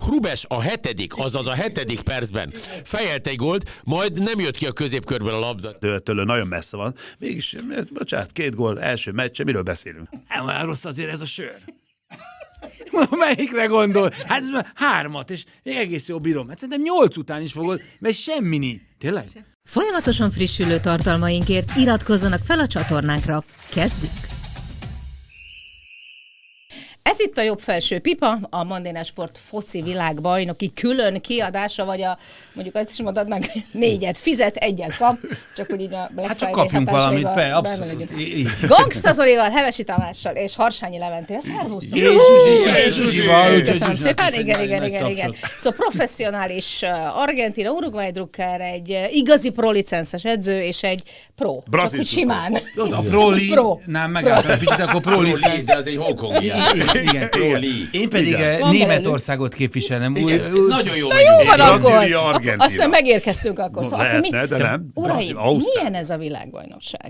Hrubes a 7., azaz a 7. percben fejelt egy gólt, majd nem jött ki a középkörből a labda. Tőle nagyon messze van. Mégis, bocsánat, 2 gól, első meccse, miről beszélünk? Nem olyan rossz azért ez a sör. Melyikre gondol? Hát ez már 3, és még egész jó bírom. Hát szerintem 8 után is fogod, mert semmini. Tényleg? Folyamatosan frissülő tartalmainkért iratkozzanak fel a csatornánkra. Kezdjük! Ez itt a Jobb Felső Pipa, a Mandina Sport foci világbajnoki külön kiadása, vagy mondjuk azt is mondhatnánk, 4 fizet, 1 kap, csak hogy így a Black Hát csak Friday kapjunk valamit, abszolút. Gangsta Zolival, Hevesi Tamással és Harsányi Leventével. Szervusztok! Köszönöm szépen, igen. Szóval professzionális argentina, Uruguay drukker, egy igazi pro-licences edző és egy pro. Brazil csak simán. A pro-li-nál megálltam egy picit, akkor pro-licensz. De az egy hongkongi. Igen, én pedig Németországot képviselem. Nagyon jó. Jó van akkor. Brazília, Argentina. Aztán megérkeztünk akkor. Szóval lehetne, de nem. Uraim, Ausztrál. milyen ez a világbajnokság?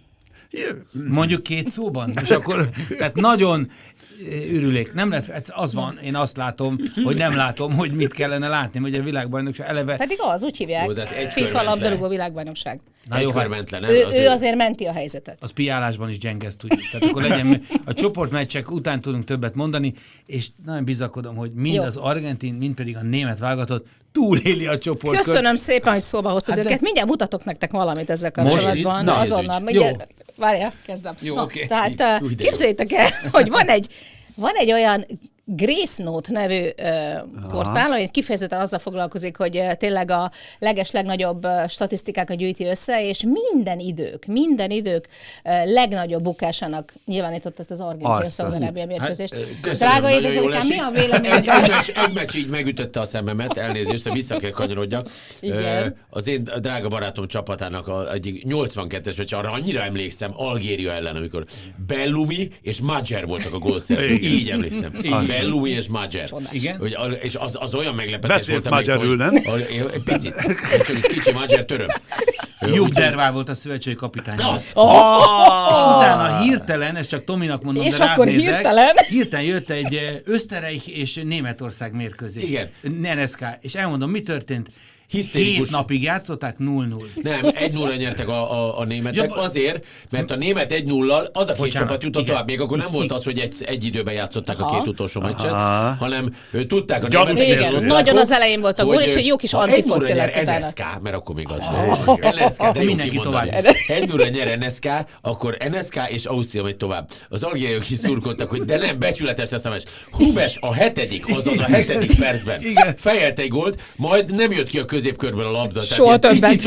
Mondjuk 2 szóban, és akkor tehát nagyon örülék. Nem lesz, az van, én azt látom, hogy nem látom, hogy mit kellene látni, hogy a világbajnokság eleve... Pedig az, úgy hívják, FIFA labdarúgó világbajnokság. Na jó, ő azért menti a helyzetet. Az piálásban is gyenge, ezt tudjuk. Tehát akkor legyen, a csoportmeccsek után tudunk többet mondani, és nagyon bizakodom, hogy mind az argentin, mind pedig a német válogatott túléli a csoportkört. Köszönöm szépen, hogy szóba hoztad őket. Mindjárt mutatok nektek valamit ezzel kapcsolatban. Azonnal. Várjál, kezdem. Jó, oké. Tehát képzeljétek el, hogy van egy olyan Grace Note nevű portál, ami kifejezetten azzal foglalkozik, hogy tényleg a legnagyobb statisztikákat gyűjti össze, és minden idők legnagyobb bukásának nyilvánított ezt az Argentina-Szaúd-Arábia mérkőzést. Drága édesanyám, mi a véleményed? Egy meccs így megütötte a szememet, elnézést, de vissza kell kanyarodjak. Az én drága barátom csapatának egyik 82-es meccs, arra annyira emlékszem, Algéria ellen, amikor Bellumi és Majer voltak a gólszerzők. Így emlékszem. Bellumi és Majer. Igen. És az olyan meglepetés volt. Beszélt Majerül, nem? Egy picit. Csak kicsi Majer töröm. Jubdervál volt a szövetségi kapitány. És Oh! utána hirtelen, ezt csak Tominak mondom, és de akkor hirtelen jött egy Österreich és Németország mérkőzés. Igen. NSK. És elmondom, mi történt? Hisztérikus. 7 napig játszották 0-0. Nem, 1-0 nyertek a németek, azért, mert a német 1-0-al az a két csapat jutott tovább. Még akkor nem volt az, hogy egy időben játszották a 2 utolsó meccset, hanem tudták a németek. Igen, nagyon az elején volt a gól, és egy jó kis antifoci lett utána. NSK, mert akkor még az volt. NSK, de mindenki tovább. 1-0 nyer NSK, akkor NSK és Ausztria megy tovább. Az algériaiak is szurkoltak, hogy de nem, becsületes lesz a meccs. Hrubes a 7., azaz a 7. percben fejelt egy gólt, majd nem jött ki a középkörből a labda. Soha többet.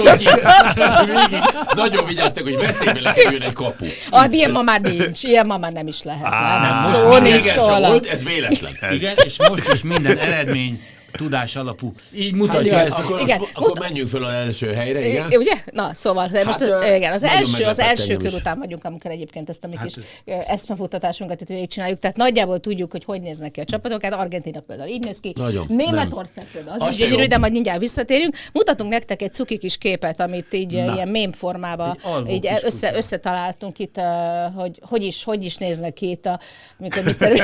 Nagyon vigyáztak, hogy veszélybe lekerüljön egy kapu. Ilyen ma már nincs, ilyen ma már nem is lehet. Szó nincs soha. Ez véletlen. Igen, és most is minden eredmény tudás alapú. Így mutatja ezt. Akkor menjünk föl az első helyre, igen? Ugye? Na, szóval most igen, az első kör után vagyunk, amikor egyébként ezt a mi kis eszmefuttatásunkat itt végigcsináljuk. Tehát nagyjából tudjuk, hogy néznek ki a csapatok. Hát Argentina például így néz ki. Németország például az is gyönyörű, de majd mindjárt visszatérünk. Mutatunk nektek egy cuki kis képet, amit így ilyen mém formában így összetaláltunk itt, hogy is néznek ki itt, amikor Mr.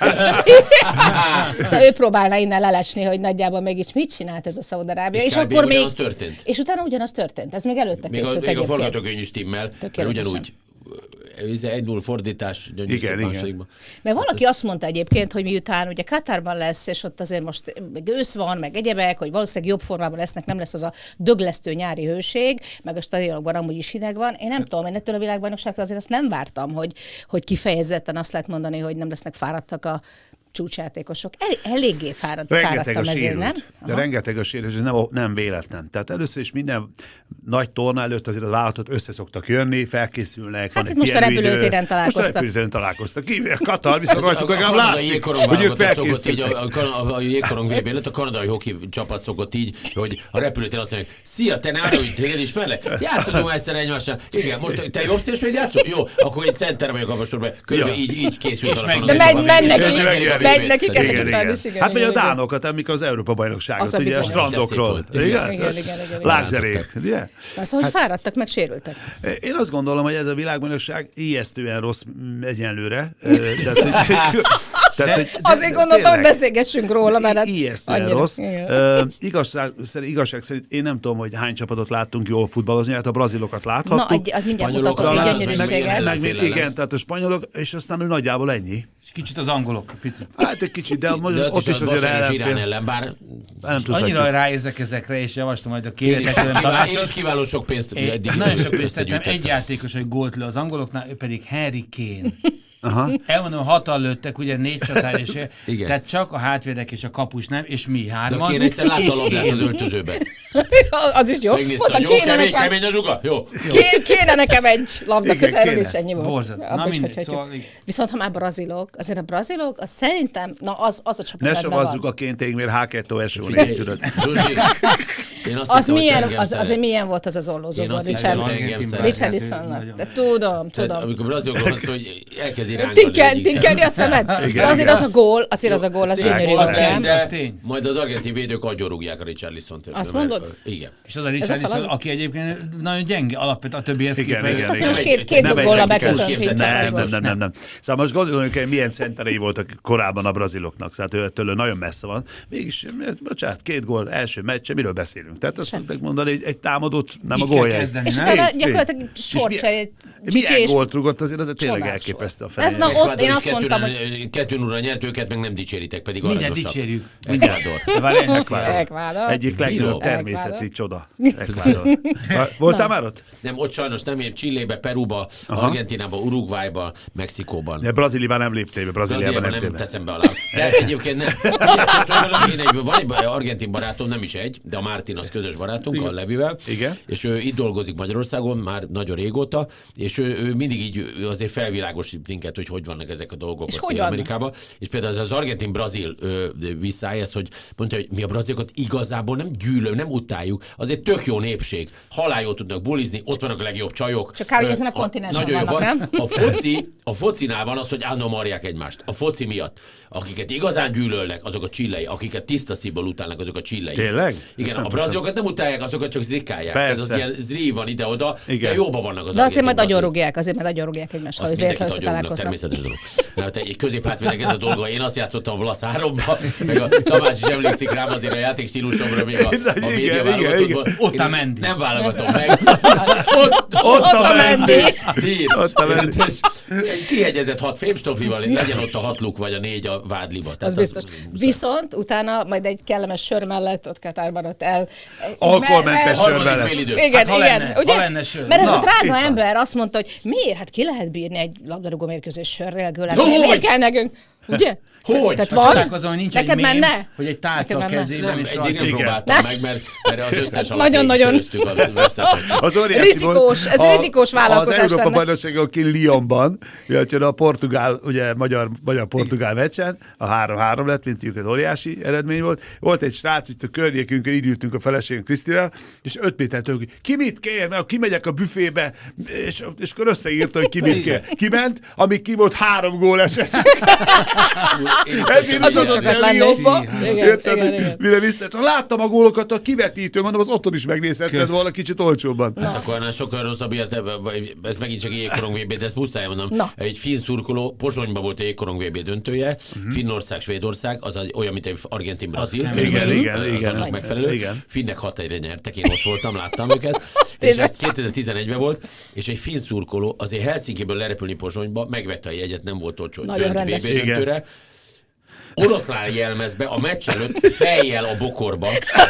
Szóval ő próbálna innen lelesni, hogy nagyjából mégis mit csinált ez a Szaúd-Arábia. És akkor még történt. És utána ugyanaz történt. Ez még előtte készült. Még a forgatókönyv is timmel, mert ugyanúgy 1-0 fordítás, igen. Mert valaki azt mondta egyébként, hogy miután ugye Katarban lesz, és ott azért most ősz van, meg egyebek, hogy valószínűleg jobb formában lesznek, nem lesz az a döglesztő nyári hőség, meg a stadionokban amúgy is hideg van. Én nem tudom, én ettől a világbajnokságtól azért azt nem vártam, hogy kifejezetten azt lehet mondani, hogy nem lesznek fáradtak a csúcsjátékosok. Eléggé fáradt a mezőn, nem? De rengeteg a sérült, és nem véletlen. Tehát először is minden nagy torna előtt azért az vállalatot össze szoktak jönni, felkészülnek. Hát itt most a repülőtéren találkoztak. Most a repülőtéren találkoztak. Katar viszont rajtuk legalább látszik, hogy ők felkészültek. A jégkorong VB előtt a kanadai hoki csapat szokott így, hogy a repülőtéren azt mondják, szia, te nára, hogy téged is fele? Játszottunk egyszer egymással. Igen, most te jobb szélső, hogy játszol? Jó, akkor egy center vagyok a sorban. Körülbelül így készült a kanadai. Megy nekik ezek után is, igen. Hát vagy a dánokat, amikor az Európa-bajnokságot, ugye a strandokról. Igen. Lágzerék, ugye? Szóval, hogy fáradtak, meg sérültek. Én azt gondolom, hogy ez a világbajnokság ijesztően rossz egyenlőre. Azért gondoltam, hogy beszélgessünk róla, mert ijesztően rossz. Igazság szerint én nem tudom, hogy hány csapatot láttunk jól futballozni, hát a brazilokat láthattuk. Na, mindjárt mutatok egy gyönyörűséget. Igen, tehát a spanyolok, és aztán nagyjából ennyi. Kicsit az angolok, picit. Hát egy kicsit, de ott is azért ellen, bár annyira ráérzek ezekre, és javaslom majd a kéretetlen tanácsot. Én is kiváló sok pénzt nagyon sok pénzt tettem, egy játékos, hogy gólt lő az angoloknál, ő pedig Harry Kane. Elmondom, 6-al lőttek, ugye 4 csatár, és tehát csak a hátvédek és a kapus nem, és mi 3-an. De Kane egyszer látta a labdát az öltözőben. Az is jó. Megnézte, jó, kemény a zsuga? Jó. Kéne nekem egy labda közelről, és ennyi volt. Borzad. Na mindegy, szóval... Viszont ha már brazilok, azért a brazilok, az szerintem, az a csapat. Ne savazzuk a Kénték, mert H2SO négy, tudod. Az milyen volt az ollózóban, Richarlisonnak. Tudom. Amikor brazilokról van szó, hogy elkezdi rángolni. Tinkelni a szemed. De azért az a gól, az gyönyörű volt, nem? Majd az argentin védők agyorúgják a Richarlisont. Azt mondod? Igen. És az a Richarlison, aki egyébként nagyon gyenge alapvetően a többihez képest. Azt most két góllal beköszöntünk. Nem. Szóval most gondoljunk, hogy milyen centerei voltak korábban a braziloknak, szóval őtől nagyon messze van. Mégis, bocsánat, 2 gól első meccse, miről beszélünk? Tehát azt mondták mondani, egy támadót, nem a gólja. És utána gyakorlatilag sorcserét. Milyen gólt rúgott, azért tényleg elképesztő a fején. Ez ott én azt mondtam, hogy 2-0-ra nyert őket, meg nem dicséritek, pedig mindjárt dicsérjük. Ecuador. Egyik legnagyobb természeti csoda. Ecuador. Voltál már ott? Nem, ott sajnos nem, én Chilébe, Peruba, Argentínába, Uruguayba, Mexikóban. De Brazíliában nem léptél be, Brazíliában nem teszem be alá. De egyébként nem. Van egy argentin barátom, nem is egy, de a Mártin az közös barátunk, a Levivel. Igen. És ő itt dolgozik Magyarországon már nagyon régóta, és ő mindig így azért felvilágosít minket, hogy vannak ezek a dolgok és ott Amerikában. És például az argentin-brazil visszáj, hogy mondta, hogy mi a brazilokat igazából nem gyűlöm, nem utáljuk, azért tök jó népség, haláljót tudnak bulizni, ott vannak a legjobb csajok. Csak kár, hogy ezen a kontinensen vannak, nem? A focinál van az, hogy állandóan marják egymást. A foci miatt. Akiket igazán gyűlölnek, azok a csillei, akiket tiszta szívből utálnak, azok a csillei. Tényleg? Igen, a brazilokat nem utálják, azokat csak zrikálják. Ez az ilyen zrí van ide-oda, de jóban vannak az. De azért majd agyorogják egymást, ha véletlenül összetalálkoznak. Természetesen. Egy középhátvédnek ez a dolga. Én azt játszottam a Blasz 3-ba, meg a Tamás is emlékszik rám azért a játékstílusomra, még a média válogatottban. Ott a Mendi. Nem válogatom meg. Ott a Mendi. Kihegyezett 6 fémstoflival, legyen ott a 6 luk vagy a 4 a vádliba. Az biztos. Viszont utána majd egy kellemes sör mellett ott Katárban ott alkoholmentes sör mellett. Igen. Ha lenne sör. Mert ez a drága ember azt mondta, hogy miért? Hát ki lehet bírni egy labdarúgó mérkőzés sörrel, miért kell nekünk? Ugye? Hogy? Tehát van? Azon nincs neked egy mém, hogy egy tálca a kezében, és egyik nem próbáltam meg, mert az összes alatt nagyon az rizikós, ez rizikós vállalkozás lenne. Az Európa-bajnokságon ki Lyonban, a portugál, ugye magyar-portugál meccsen, a 3-3 lett, mint egy óriási eredmény volt. Volt egy srác, itt a környékünkön, így ültünk a feleségünk Krisztivel, és 5 métertől, ki mit kér, mert kimegyek a büfébe, és akkor összeírta, hogy ki mit kér. Kiment, amíg ki volt 3 gól esett. Az úgy sokat lenni. Mire visszatértem, láttam a gólokat a kivetítőn, mondom, az otthon is megnézhetted volna kicsit olcsóbban. Hát akkor sokkal rosszabb ez megint csak jégkorong VB, de ezt muszáj mondom. Egy finn szurkoló, Pozsonyban volt egy jégkorong VB döntője, Finnország, Svédország, az olyan, mint egy Argentin-Brazil. Igen. Megfelelő. Finnek 6-1-re nyertek, én ott voltam, láttam őket. És ez 2011-ben volt, és egy finn szurkoló azért Helsinkiből lerepülni Pozsonyba, megvette a jegyet, nem volt olcsó döntőre. Oroszlán jelmezbe a meccs előtt fejjel a bokorba.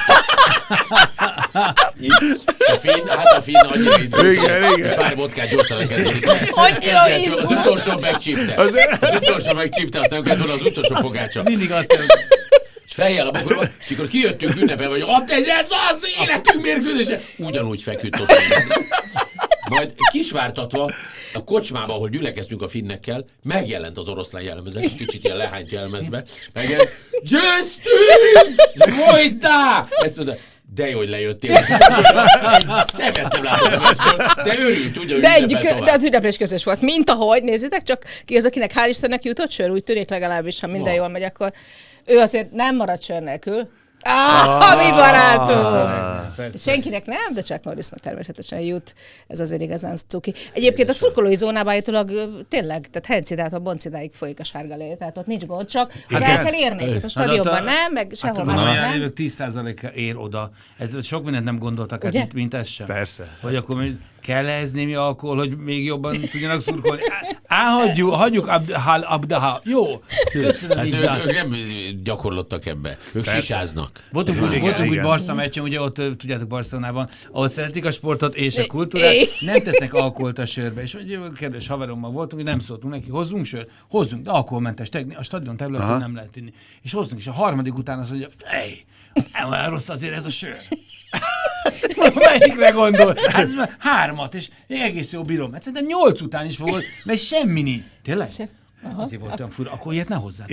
A finn annyira izgult. Pár vodkát gyorsan lekezdődik. Az utolsó megcsípte, aztán kellett volna az utolsó fogácsa. Mindig azt és fejjel a bokorba, és amikor kijöttünk ünnepel, vagy ez az életünk mérkőzése, ugyanúgy feküdt ott. Majd kisvártatva a kocsmába, ahol gyülekeztünk a finnekkel, megjelent az oroszlán jelmezet, kicsit ilyen lehányt jelmezbe, megjelent, győztünk! Vojtá! Ezt mondta, de jó, hogy lejöttél. Egy szemet nem láttam meccsből, de örült, ugye, de az ünneplés közös volt. Mint ahogy, nézzétek, csak ki az, akinek hál' Istennek jutott sör, úgy tűnik legalábbis, ha minden jól megy, akkor ő azért nem marad sör nélkül. A mi barátunk! Senkinek nem, de Chuck Norrisnak természetesen jut. Ez azért igazán cuki. Egyébként a szurkolói zónában állítólag tényleg, tehát Hencidától Boncidáig folyik a sárga lé, tehát ott nincs gond, csak el kell érni. A stadionban nem, meg sehol máshol nem. A 10%-a ér oda. Ez sok mindent nem gondoltak át, mint ez sem. Persze. Hogy akkor kell ez némi alkohol, hogy még jobban tudjanak szurkolni? Hagyjuk Abdaha. Jó, köszönöm. Hát ők nem gyakorlottak ebbe. Ők sisáznak. Voltunk úgy Barca meccsen, ugye ott, tudjátok, Barcelonában, ahol szeretik a sportot és a kultúrát, nem tesznek alkoholt a sörbe. És hogy kedves haverommal voltunk, hogy nem szóltunk neki, hozzunk sört, hozzunk, de alkoholmentes, a stadion területén nem lehet inni. És hozzunk, és a harmadik után azt mondja, nem olyan rossz azért ez a sör. Melyikre gondol? Hát ez már 3, és még egész jó bírom. Hát szerintem 8 után is volt, mert semmi. Tényleg? Azért volt olyan fura. Akkor ilyet ne hozzá.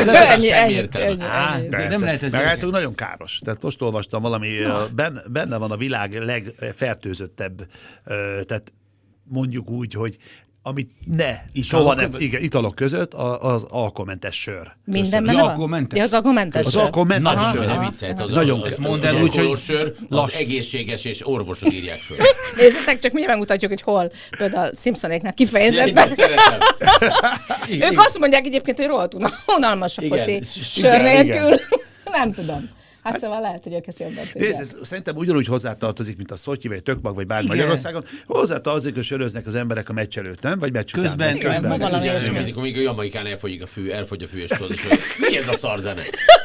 Nem lehet ez. Meg nagyon káros. Tehát most olvastam valami, benne van a világ legfertőzöttebb, tehát mondjuk úgy, hogy amit soha nem, italok között az alkoholmentes sör. Minden benne van? Ja, az alkoholmentes sör. Az alkoholmentes sör. Ne viccelj, az mondd el úgy, hogy sör, az egészséges, és orvosok írják föl. Nézzétek, csak mindjárt megmutatjuk, hogy hol. Például a Simpsonéknál kifejezetten. Ők azt mondják egyébként, hogy rohadt unalmas a foci sör nélkül. Nem tudom. Hát szóval lehet, hogy ők ezt jobban tudják. Szerintem ugyanúgy hozzátartozik, mint a Szotyi, vagy Tökmag, vagy bár Magyarországon. Hozzátartozik, hogy söröznek az emberek a meccs előtt, nem? Vagy meccs után. Közben. Amikor még a Jamaikán elfogy a fű, és tudod, hogy mi ez a szarzene?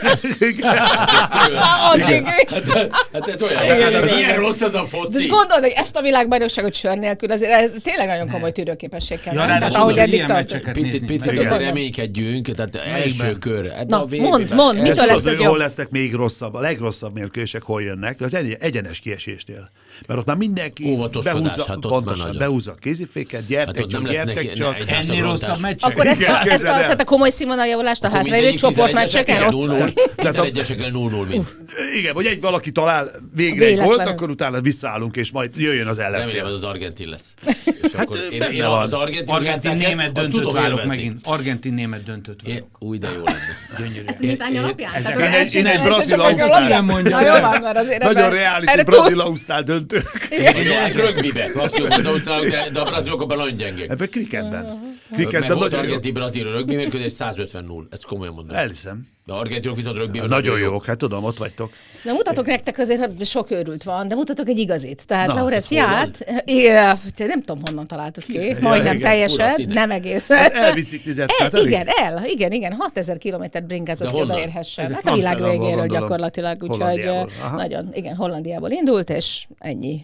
Hát ez olyan, ilyen rossz az a foci. És gondolod, hogy ezt a világbajnokságot sör nélkül, azért ez tényleg nagyon komoly tűrőképesség kell. Tehát ahogy eddig tartott. Picit reménykedjünk, tehát első kör. Mondd, mitől lesz ez jobb? Hol lesznek még rosszabb? A legrosszabb mérkőzések hol jönnek? Az egyenes kiesésnél. Mert ott már mindenki behúzza a kéziféket, gyertek csak. Ennél rosszabb meccsek. Akkor tehát a komoly színvonaljavulást a hátralévő csoportmeccseken ott? 11-esekkel 0-0 mind. Igen, vagy valaki talál végre egy gólt, akkor utána visszaállunk, és majd jöjjön az ellenfél. Remélem, az argentin lesz. Én az argentin-német döntőt várok megint. Argentin-német döntőt várok. Új, de jó lenne. Gyönyörű. Ez nyitány alapján? Én egy brazil-ausztrál. Nagyon reális, hogy brazil-ausztrál döntő. Rögbibe, az ausztrálok, de a brazilok abban nagyon gyengék. Ebben kriketben. Mert volt argentin-brazil rögbi mérkőzés 150-0. Ezt komolyan mondom. Elhiszem. De argentinok viszont rögbiben nagyon jók, hát tudom, ott vagytok. De mutatok nektek azért, sok őrült van, de mutatok egy igazit. Tehát Lauresz Ját, nem tudom honnan találtad ki, majdnem teljesen, nem egészen. Elbiciklizett. Igen, 6000 kilométert bringázott, hogy odaérhessen. Hát a világ végéről gyakorlatilag, úgyhogy nagyon, igen, Hollandiából indult, és ennyi.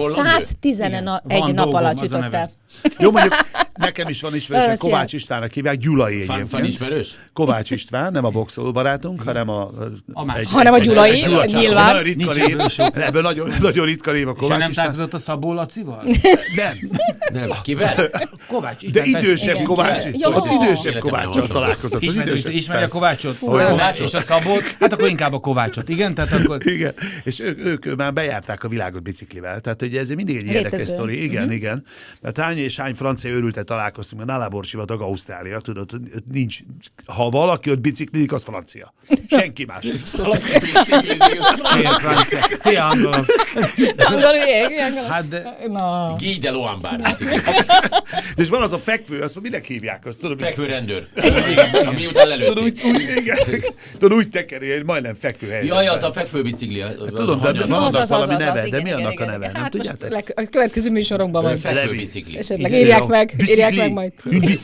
111 nap alatt jutott el. Jó, mondjuk nekem is van ismerős, Kovács Istvánnak hívják, Gyulai egyébként. Fan ismerős? Kovács István, nem a boxoló barátunk, hanem a Gyulai, nyilván. Ebből nagyon ritka név a Kovács István. És nem találkozott a Szabó Lacival? Nem. Kivel? Kovács István. De idősebb Kovács. Az idősebb Kováccsal találkozott. Ismeri a Kovácsot? És a Szabót? Hát akkor inkább a Kovácsot, igen? Tehát akkor... Igen, és ők már bejárták a világot biciklivel. Tehát hogy ez mindig egy érdekes sztori. Igen. Tehát hány és hány francia őrültet találkoztunk, mert Nálabor sivatag Ausztrália, tudod, nincs. Ha valaki ott biciklizik, az francia. Senki más. Angolok. Hát de... Guy de Loambard. És van az a fekvő, azt minek hívják? Fekvő rendőr. Ami után lelőtték. Tudod, úgy tekeri, hogy majdnem fekvő helyzet. Jaj, az a fekvő bicikli. Tudom, de van annak valami neve, de mi annak a neve? Nem tudjátok? A következő műsorunkban van. Fekvő bicikli. Esetleg írják meg majd.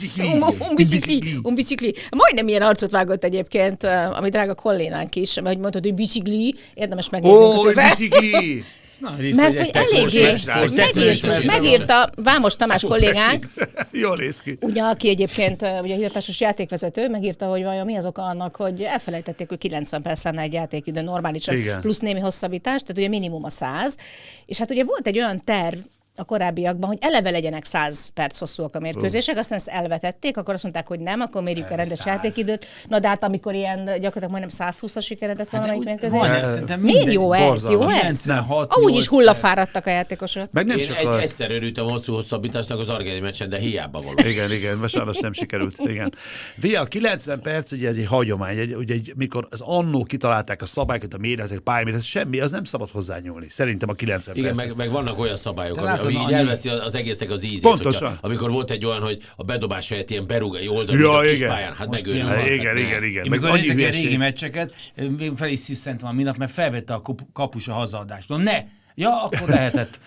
Un bicikli. Majdnem ilyen arcot vágott egyébként, ami drága kollénánk is, hogy mondtad, hogy bicikli, érdemes megnézni. Bicikli! Mert hogy eléggé megírta Vámos Tamás kollégánk, jól néz ki. ugye, aki egyébként ugye hivatásos játékvezető, megírta, hogy vajon mi az oka annak, hogy elfelejtették, hogy 90 perc lenne egy játékidő normálisan, plusz némi hosszabbítás, tehát ugye minimum a 100. És hát ugye volt egy olyan terv, a korábbiakban, hogy eleve legyenek 100 perc hosszúak a mérkőzések, aztán ezt elvetették, akkor azt mondták, hogy nem, akkor mérjük a rendes játékidőt. Na de hát amikor ilyen gyakorlatilag majdnem 120-as sikeredett valamelyik mérkőzés. Miért jó ez? Jó ez? Amúgy is hullafáradtak a játékosok. Meg nem csak egyszer örültem hosszabbításnak az argentin meccsen, de hiába való. Igen, mert sajnos nem sikerült. Igen. Via, a 90 perc, ugye ez egy hagyomány, ugye mikor az annó kitalálták a szabályokat, a méretek, pályamértek, semmi, az nem szabad hozzányúlni. Szerintem a 90 perc. Igen, meg vannak olyan szabályok, ami így elveszi az egésznek az ízét. Pontosan. Amikor volt egy olyan, hogy a bedobás helyett ilyen berúgai oldalú a kispályán, hát megőrül. Igen. Én mikor nézek ilyen régi meccseket, fel is sziszentem a minap, mert felvette a kapus a hazaadást. Mondom, ne! Ja, akkor lehetett.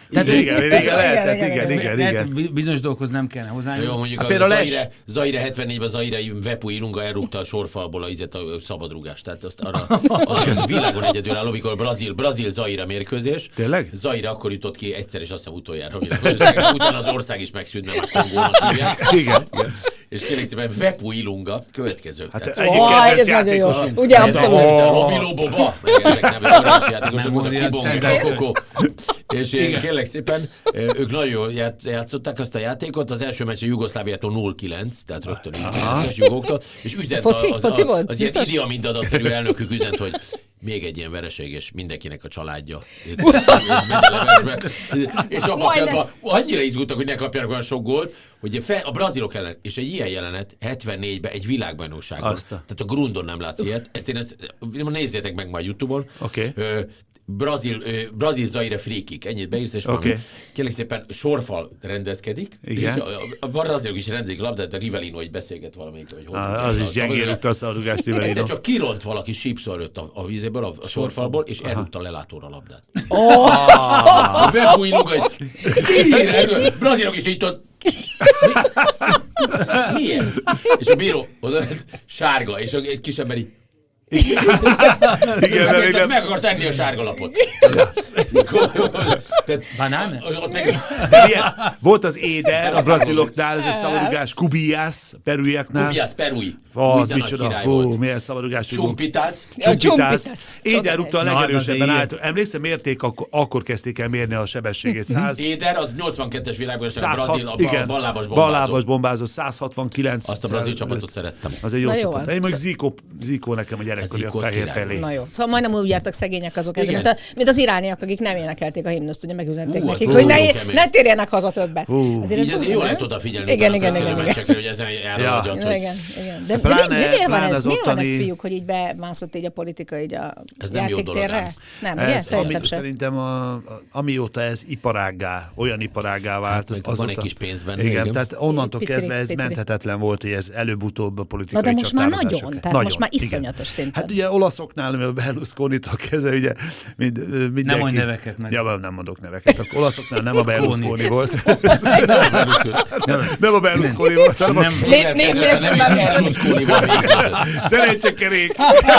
Igen. Bizonyos dolgokhoz nem kellene hozzányúlni. Jó, mondjuk a Zaire 74-ben Zaire Vepu Ilunga elrúgta a sorfalból a szabadrúgást. Tehát azt arra az világon egyedülálló, amikor Brazil-Zaire mérkőzés. Tényleg? Zaire akkor jutott ki egyszer, és azt hiszem utoljára. Utána az ország is megszűnt, mert már Kongónak hívják. Igen. És kérlek szépen Vepu Ilunga következő. Hát ez nagyon jó. Ugye, abszolút. Robilo Boba, meg ezek nem óriási játékosok voltak, Kibonge, Kokó. És kérlek szépen, ők nagyon jól játszották azt a játékot, az első meccs a Jugoszláviától 0-9, tehát rögtön 0-9-es jugóktól, és üzent az ilyen Idi Amin Dada-szerű elnökük üzent, hogy még egy ilyen vereség, és mindenkinek a családja. És abban annyira izgultak, hogy ne kapjanak olyan sok gólt, hogy a brazilok ellen, és egy ilyen jelenet 74-ben egy világbajnokságban. Tehát a Grundon nem látsz ilyet. Nézzétek meg majd YouTube-on. Okay. Brazil-Zaire free kick. Ennyit beírsz, és van. Kérlek szépen sorfal rendezkedik. Igen. És a brazilok is rendezik labdát, a Rivellino, hogy beszélget valamelyik. Az is gyengén rúgta a szabadrugást Rivellino. Egyszer csak kiront valaki sípszó előtt a vízéből, a sorfalból, és elrúgta a lelátóra a labdát. A Vepu hogy brazilok is így tudott. Mi ez? És a bíró oda sárga, és egy kis ember így igen, meg akar tenni a sárga lapot. Banán? Volt az Éder a braziloknál, ez a szabadrugás, Cubillas, perúiaknál. Cubillas, Perui. Az micsoda, milyen szabadrugás. Csumpitas. Éder rúgta a legerősebben állt. Emlékszem, mérték, akkor kezdték el mérni a sebességét. Éder az 82-es világbajnokság, a Brazil, a ballábas bombázó, 189. Azt a brazil csapatot szerettem. Az egy jó csapat. Én meg Zico nekem a gyerekkori a fehér pelé. Na jó. Szóval majdnem úgy jártak szegények azok ezek, mint az irániak, akik nem énekelték a himnuszt, ugye megüzenték nekik, hogy ne térjenek haza többet. Így azért jól lehet odafigyelni. Igen. Hogy ezen járó de miért van ez? Miért van ez, fiúk, hogy így bemászott így a politika így a játéktérre? Nem, ugye? Szerintem amióta ez olyan iparággá vált. Van egy kis pénz benne. Igen, tehát onnantól kezdve ez menthetetlen volt, hogy ez előbb-utóbb a politikai csatározások. De most már nagyon, tehát most már iszonyatos szinten. Hát ugye olaszoknál, a Berlusconitól kezdve, ugye mindenki... Nem mondj neveket meg. Ja, nem mondok neveket. A olaszoknál nem a Berlusconi volt. Nem a Berlusconi volt, hanem a... Berlusconi volt. Szerencsekerék.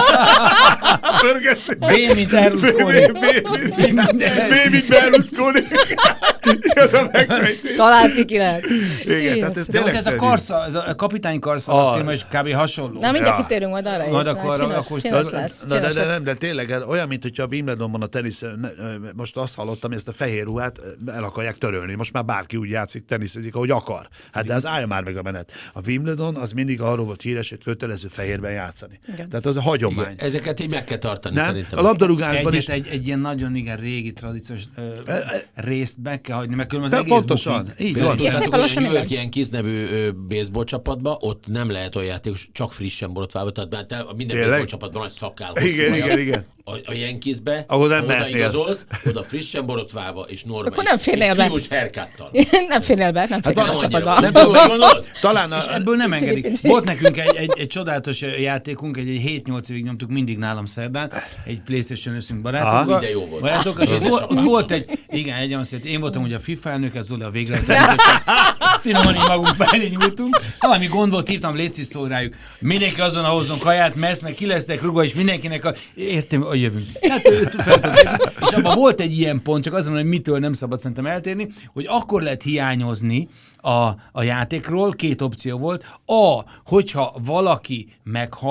B, mint Berlusconi. B, mint Berlusconi. Ez a megfejtés. Talált ki lehet. Igen, tehát ez tényleg ez a karsza, ez a kapitány karsza, hogy kb. Hasonló. Na, mindjárt kitérünk majd arra is. Csinos lesz. De tényleg olyan, mint hogyha a Wimbledonban a tenisz, most azt hallottam, hogy ezt a fehér ruhát el akarják törölni. Most már bárki úgy játszik, teniszezik, ahogy akar. Hát de az állja már meg a menet. A Wimbledon az mindig arról volt híres, hogy kötelező fehérben játszani. Igen. Tehát az a hagyomány. Igen. Ezeket így meg kell tartani szerintem. A labdarúgásban is. Egy ilyen nagyon régi tradíciós részt meg kell hagyni, meg különben az egész pontosan. Így van. A New York ilyen Kiss nevű baseball csapatban, ott nem lehet olyan játékos, csak frissen borotválva, tehát minden baseball csapatban nagy szakkál. Igen. A Yankeesbe, oda igazolsz, oda frissen borotválva és normális. Akkor nem férnél be. Fiús herkáttal. Nem férnél be, nem férnél a csapatban. Talán és ebből nem engedik. Volt nekünk egy csodálatos játékunk, egy 7-8 évig nyomtuk mindig nálam szerdán, egy PlayStation összünk barátokkal. De jó volt. És ott volt én voltam ugye a FIFA elnök, ez Zoli a végletlen. Finoman így magunk felé nyújtunk. Valami gond volt, hívtam, légy szó rájuk. Mindenki azon hozzon kaját, messz, meg ki lesznek rugva, és mindenkinek értem, hogy jövünk. És abban volt egy ilyen pont, csak azt mondom, hogy mitől nem szabad szerintem eltérni, hogy akkor lehet hiányozni a játékról, két opció volt. Hogyha valaki meghal,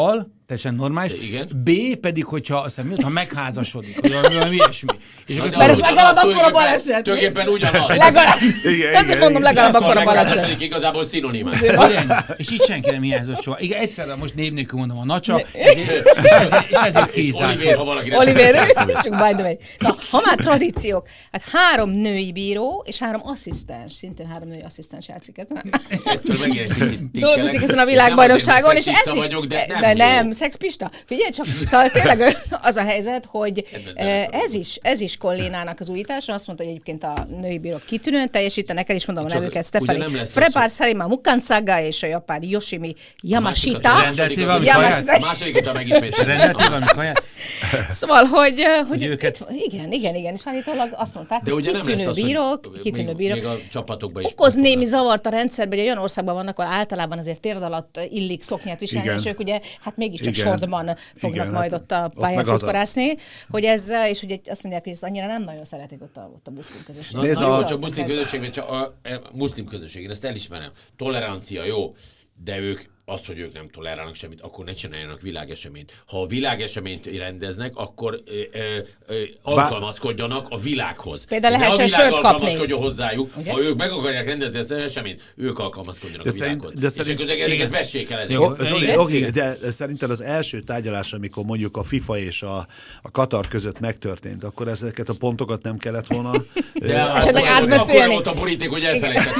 teljesen normális. Igen. B pedig, hogyha aztán miatt, ha megházasodik, vagy valami ilyesmi. És mert ez legalább akkor a baleset. Tulajdonképpen ugyanaz. Ezt mondom, legalább akkor a baleset. Igazából szinonimák. És így senki nem hiányzott soha. Igen, egyszerre most név nélkül mondom a nacsa, és ezért kézzel. Oliver, csak by the way. Na, ha már tradíciók, hát 3 női bíró és 3 asszisztens, szintén 3 női asszisztens játszik ezen. Ettől megint egy picit dolgozik ezen a világbajnokságon, és ez is... Nem, szexpista. Figyelj csak, szóval tényleg az a helyzet, hogy ez is Collinának az újítása. Azt mondta, hogy egyébként a női bírók kitűnően teljesítenek, el is mondom a nevüket, Stefani Frepár Salima Mukantsaga és a japán Yoshimi Yamashita. Másodikat a megismétel. Rendeltél valami kaját? Szóval, hogy igen, és állítólag azt mondták, hogy kitűnő bírók, még a csapatokban is. Okoz némi zavart a rendszerben, hogy olyan országban vannak, ahol általában azért térd alatt illik szoknyát viselni, és ők ugye, hát mégiscsak sorban fognak majd ott a pályán csúszparászni, hogy ez, és ugye azt mondják, hogy ezt annyira nem nagyon szeretik ott a muszlim közösség. Csak muszlim közösség, csak a muszlim közösség, én ezt elismerem. Tolerancia, jó, de ők az, hogy ők nem tolerálnak semmit, akkor ne csináljanak világeseményt. Ha a világeseményt rendeznek, akkor alkalmazkodjanak a világhoz. Például lehessen sört kapni. Alkalmazkodjon hozzájuk. Okay. Ha ők meg akarják rendezni ezt az eseményt, ők alkalmazkodjanak a világhoz. És akkor ezeket vessék el ezeket. Oké, de szerinted az első tárgyalás, amikor mondjuk a FIFA és a Katar között megtörtént, akkor ezeket a pontokat nem kellett volna... Esetleg átbeszélni. Akkor volt a boríték, hogy elfelejtettek.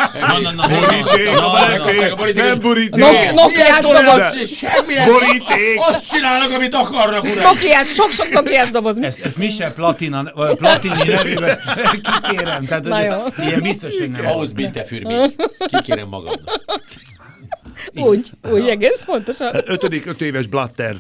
Nem boríték! Nokiás doboz. Boríték! Azt csinálnak, amit akarnak, uram. Nokiás, sok Nokiás doboz. Ezt Michel Platini nevében kikérem. Tehát ilyen biztos, hogy nem. Ahhoz bitte für mich. Kikérem magamnak. Úgy, egész pontosan. 5 éves blatterv.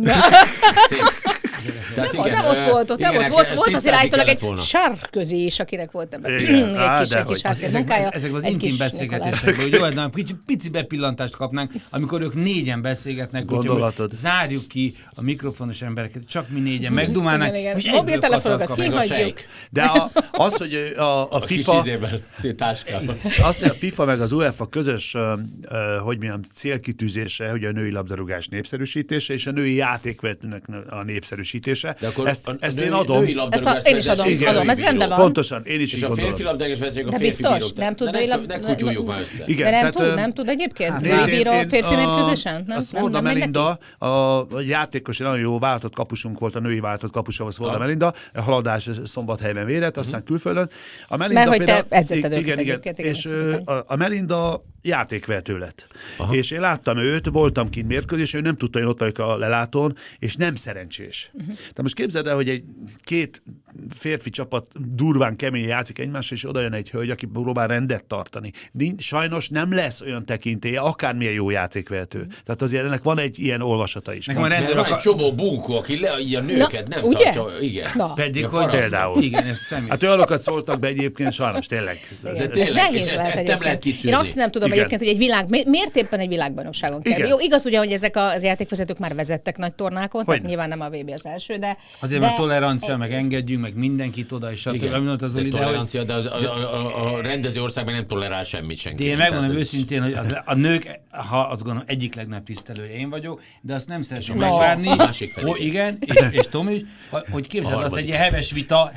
Nem ott volt azért állítólag egy Sárközi is, akinek volt ebben egy kis házkész munkája. Ezek az intim beszélgetésekből, hogy jó, pici bepillantást kapnánk, amikor ők 4-en beszélgetnek, hogy zárjuk ki a mikrofonos embereket, csak mi 4-en megdumálnánk, és mobiltelefonokat kihagyjuk. De az, hogy a FIFA... Az, hogy a FIFA meg az UEFA közös, hogy milyen célkitűzése, hogy a női labdarúgás népszerűsítése, és a női játékvetőnek a népszerűsítése. De akkor ezt én adom. Én is adom, ez rendben van. Pontosan, én is így gondolom. És a férfi labdarúgás vezetők a férfi biztos, bírók. Nem tud női labdarúgjuk már össze. De nem tud egyébként női bíró férfi mérkőzésen? A Szvolda Melinda, a játékos, nagyon jó váltott kapusunk volt, a női váltott kapusa, a Szvolda Melinda, a haladás Szombathelyben vérett, aztán külföldön. Mert hogy te edzetted őket egyébként. És a Melinda játékvezető lett. Aha. És én láttam őt, voltam kint mérkőzés, ő nem tudta, hogy ott vagyok a lelátón, és nem szerencsés. De most képzeld el, hogy két férfi csapat durván kemény játszik egymásra, és oda jön egy hölgy, aki próbál rendet tartani. Sajnos nem lesz olyan tekintélye, akármilyen jó játékvezető. Tehát azért ennek van egy ilyen olvasata is. Van egy csomó bunkó, aki leadja a nőket, nem tartja. Igen. Pedig hogy például. Igen, ez személy. Hát olyanokat szóltak be egyébként, sajnos tényleg. Ez nehéz lehet egyébként. Én azt nem tudom egyébként, hogy miért éppen egy világbajnokságon kell. Jó, igaz ugye, hogy ezek az játékvezetők már vezettek nagy tornákon, tehát nyilván nem a VB az első, de... Azért mert tolerancia, meg engedjünk, meg mindenkit oda, és tolerancia, de a rendező országban nem tolerál semmit senki. De én megmondom őszintén, hogy a nők, ha azt gondolom, egyik legnagyobb tisztelője én vagyok, de azt nem szeretném megvárni. Igen, és Tomi is, hogy képzeld azt egy heves vita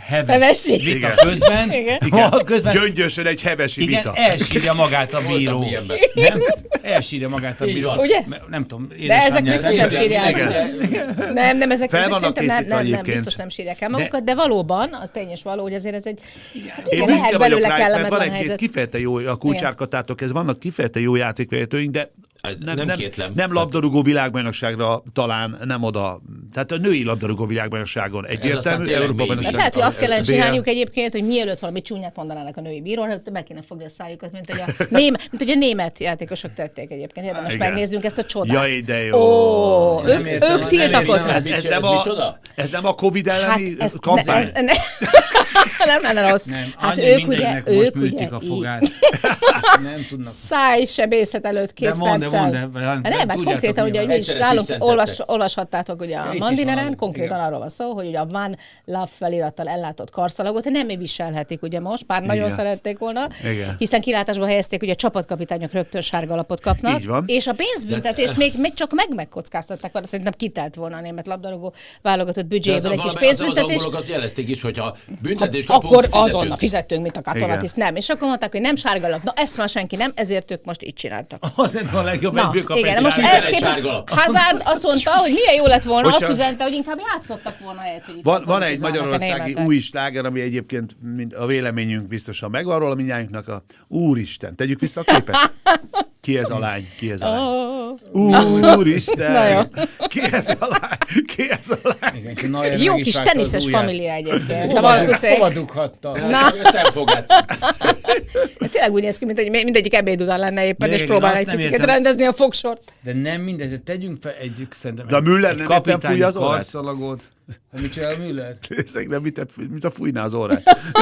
közben. Gyöngyösen egy hevesi vita. Igen, elsírja magát a bíró. Nem? Elsírja magát a bíró. Ugye? Nem tudom. De ezek biztos nem sírják. Nem, ezek szerintem nem biztos nem sírják el magukat, de valóban, az tényes való, hogy azért ez egy lehet belőle kellemetlen helyzet. Kifejezetten jó, a kulcsárkatátok, ez vannak kifejezetten jó játékvezetőink, de nem labdarúgó világbajnokságra talán nem oda. Tehát a női labdarúgó világbajnokságon egyértelmű. Tehát, hogy azt kellene csinálniuk egyébként, hogy mielőtt valami csúnyát mondanának a női bíróra, meg kéne fogni a szájukat, mint hogy a német játékosok tették egyébként. Érdemes megnéznünk ezt a csodát. Jaj, de jó. Ők tiltakoznak. Ez nem a Covid elleni kampány? Nem lenne rossz. Nem, hát ők ugye a fogát. Nem tudnak. Szájsebészet előtt 2 perccel. Nem, hát konkrétan ugye, hogy mi is nálunk olvashattátok ugye a Mandineren, konkrétan arról van szó, hogy ugye a One Love felirattal ellátott karszalagot nem viselhetik ugye most, bár nagyon szerették volna, hiszen kilátásba helyezték, hogy a csapatkapitányok rögtön sárga lapot kapnak, és a pénzbüntetést még csak megkockáztatták, mert szerintem kitelt volna a német labdarúgó válogatott büdzséből egy kis pénzbüntetés. Az angolok azt jelezték is, hogyha büntetés kapunk, akkor azonnal fizettünk, mint a katonatiszt. Nem. És akkor mondták, hogy nem sárga lap. Na ezt már senki nem, ezért ők most így csináltak. Azért a legjobb egyből kap egy most ehhez képest Hazard azt mondta, hogy milyen jó lett volna, azt üzente, hogy inkább játszottak volna helyet. Van egy magyarországi új sláger, ami egyébként a véleményünk biztosan megvan róla mindnyájunknak, a Úristen. Tegyük vissza a képet. Ki ez a lány? Ki ez a lány? Úristen! Ki ez a lány? Ki ez a lány? Jó kis teniszes família egyébként. Hova dughatta? Szemfogát. Tényleg úgy néz ki, mint mindegyik ebéd után lenne éppen, és próbál egy picit rendezni a fogsort. De nem mindegy, tegyünk fel egy de a Müller nem éppen fújja az órát? Mit csinál a Müller? Nézzek, de mint a fújná az órát.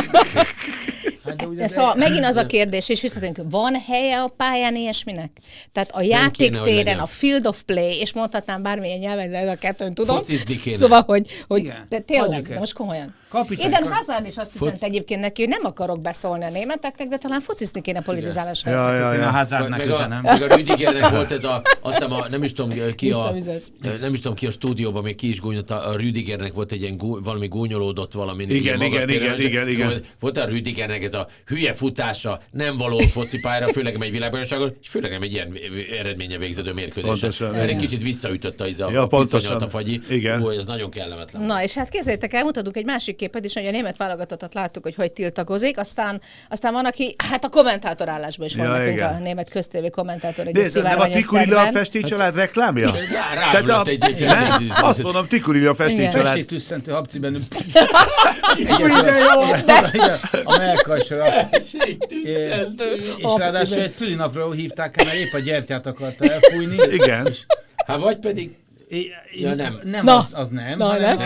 Szóval megint az a kérdés, és visszatérünk, van helye a pályán ilyesminek? Tehát a játéktéren, a field of play, és mondhatnám bármilyen nyelven, de a kettőn tudom. Szóval, hogy de tényleg, de most komolyan. Eden Hazard is azt hiszem egyébként neki, hogy nem akarok beszólni a németeknek, de talán focizni kéne politizálás. A Hazardnak üzenem. Meg a Rüdigernek volt ez azt hiszem, nem is tudom ki a stúdióban, még ki is gúnyolt, a Rüdigernek volt egy ilyen valami gúnyolódott valami. Igen. Volt a Rüdigernek ez a hülye futása, nem való focipályára, főleg egy világbajnokságon, és főleg egy ilyen eredménye végződő mérkőzésen. Egy kicsit visszaütötte a piszonyat a fagyi. Ez nagyon kellemetlen. Na, és hát képzeljétek el, mutatunk egy másik képet is, hogy a német válogatottat láttuk, hogy tiltakozik, aztán van, aki, hát a kommentátorállásban is van nekünk a német köztévé kommentátor, egy szivárványos nem a Tikurilla a festécsalád reklámja? Azt mondom, Tikurilla a festécsalád. Festétüsszentő habciben. A melkasra. És ráadásul egy szülinapról hívták el, mert épp a gyertyát akarta elfújni. Igen. Hát vagy pedig Nem, az nem.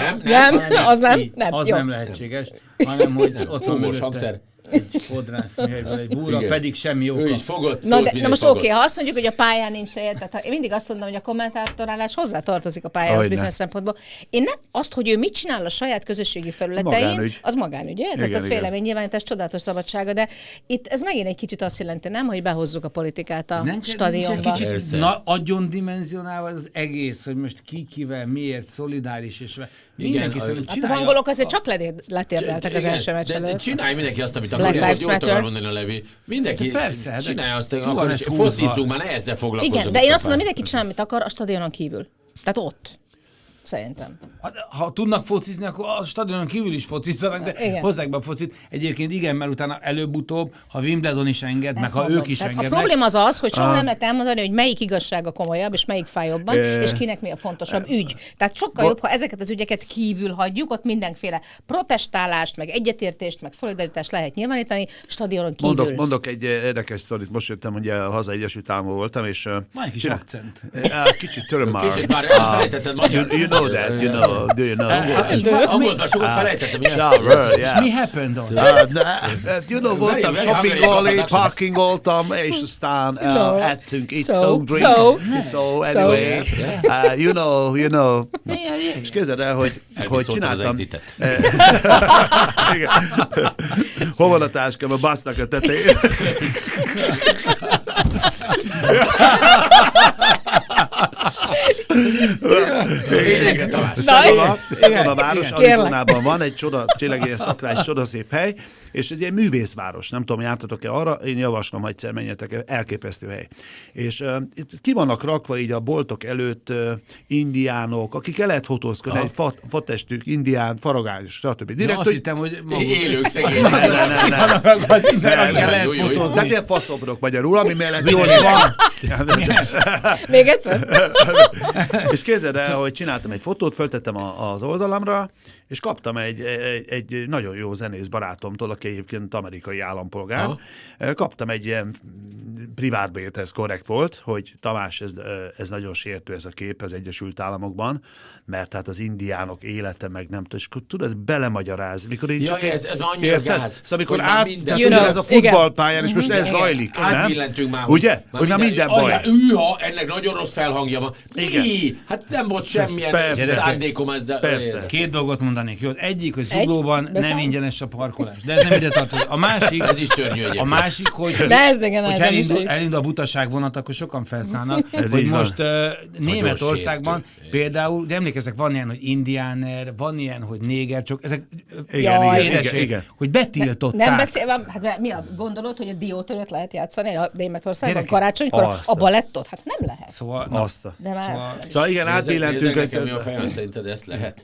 Az nem lehetséges, hanem hogy ott van mögötte egy fodrász műhelyből egy búra, pedig semmi jó. Ő is fogott szót, na most oké, ha azt mondjuk, hogy a pályán nincs helye, tehát én mindig azt mondom, hogy a kommentátorálás hozzá tartozik a pályához bizonyos szempontból. Én nem azt, hogy ő mit csinál a saját közösségi felületein, az magánügy, tehát ez véleménynyilvánítás csodálatos szabadsága, de itt ez megint egy kicsit azt jelenti, nem, hogy behozzuk a politikát a stadionba. Adjon dimenzionálva az egész, hogy most kivel, miért szolidáris, és mindenki szerint csinálja. Az angolok azért csak letérdeltek az első meccs előtt. Csinálj mindenki azt, amit akar, jól akar mondani a Levi. Mindenki csinálja azt, akkor focizzunk már, ne ezzel foglalkozunk. Igen, de én azt mondom, mindenki csinál, amit akar a stadionon kívül. Tehát ott. Szerintem. Ha tudnak focizni, akkor a stadionon kívül is focizzanak, de hozzák be a focit. Egyébként igen, mert utána előbb-utóbb, ha Wimbledon is enged, meg ha ők is engednek. A probléma az, hogy soha nem lehet elmondani, hogy melyik igazsága komolyabb, és melyik fáj jobban, és kinek mi a fontosabb ügy. Tehát sokkal jobb, ha ezeket az ügyeket kívül hagyjuk, ott mindenféle protestálást, meg egyetértést, meg szolidaritást lehet nyilvánítani, stadionon kívül. Mondok egy érdekes sztorit. Most jöttem, ugye a hazai Egyesült Államból voltam, és van egy kis akcent. Kicsit töröm már. Kicsit már elfelejtetted magyar. know that, you know. Do you know? Angolban sokat felejtettem. Mi happened on? You know, voltam shoppingolni, parkingoltam, és aztán ettünk, ittunk, drink. So anyway, you know. És képzeld el, hogy csináltam. Hol van a táskám? A basznak a tetején. Szegon a város, Arizonában van egy tényleg egy szakrás, csodaszép hely, és ez egy művészváros. Nem tudom, jártatok-e arra, én javaslom, ha egyszer menjetek, elképesztő hely. És ki vannak rakva így a boltok előtt indiánok, akik el lehet fotózkodni, egy fatestük, indián, faragány, stb. Direkt, azt hittem, hogy élők szegény. Tehát ilyen faszobrok magyarul, ami mellett jól Még egyszer? És képzeld el, hogy csináltam egy fotót, föltettem az oldalamra, és kaptam egy nagyon jó zenész barátomtól, aki egyébként amerikai állampolgár. Aha. Kaptam egy ilyen privátbért, ez korrekt volt, hogy Tamás, ez nagyon sértő ez a kép az Egyesült Államokban, mert hát az indiánok élete meg nem tudom, és tudod, belemagyaráz. Mikor én csak ez annyira gáz. Szóval amikor ez a futballpályán, és most ez zajlik, átbillentünk már, ugye? Hogy már minden baj. Ennek nagyon rossz felhangja van. Igen. Hát nem volt semmilyen szándékom ezzel. Persze. Két dolgot mondanék. Jó, egyik, hogy Zuglóban nem ingyenes a parkolás. De ez nem ide tartozik. A másik, ez is szörnyű egyébként. A másik, hogy elindul a butaság vonat, akkor sokan felszállnak. Hogy most Németországban például, de emlékeztek, van ilyen, hogy indiáner, van ilyen, hogy néger, csak ezek igen. hogy betiltották. Nem beszélve, hát mi a gondolod, hogy a diótörőt lehet játszani a Németországban karácsonykor? A balettot? Hát nem lehet. Szóval igen, átbillentünk. Nekem mi a fejem, szerinted ezt lehet?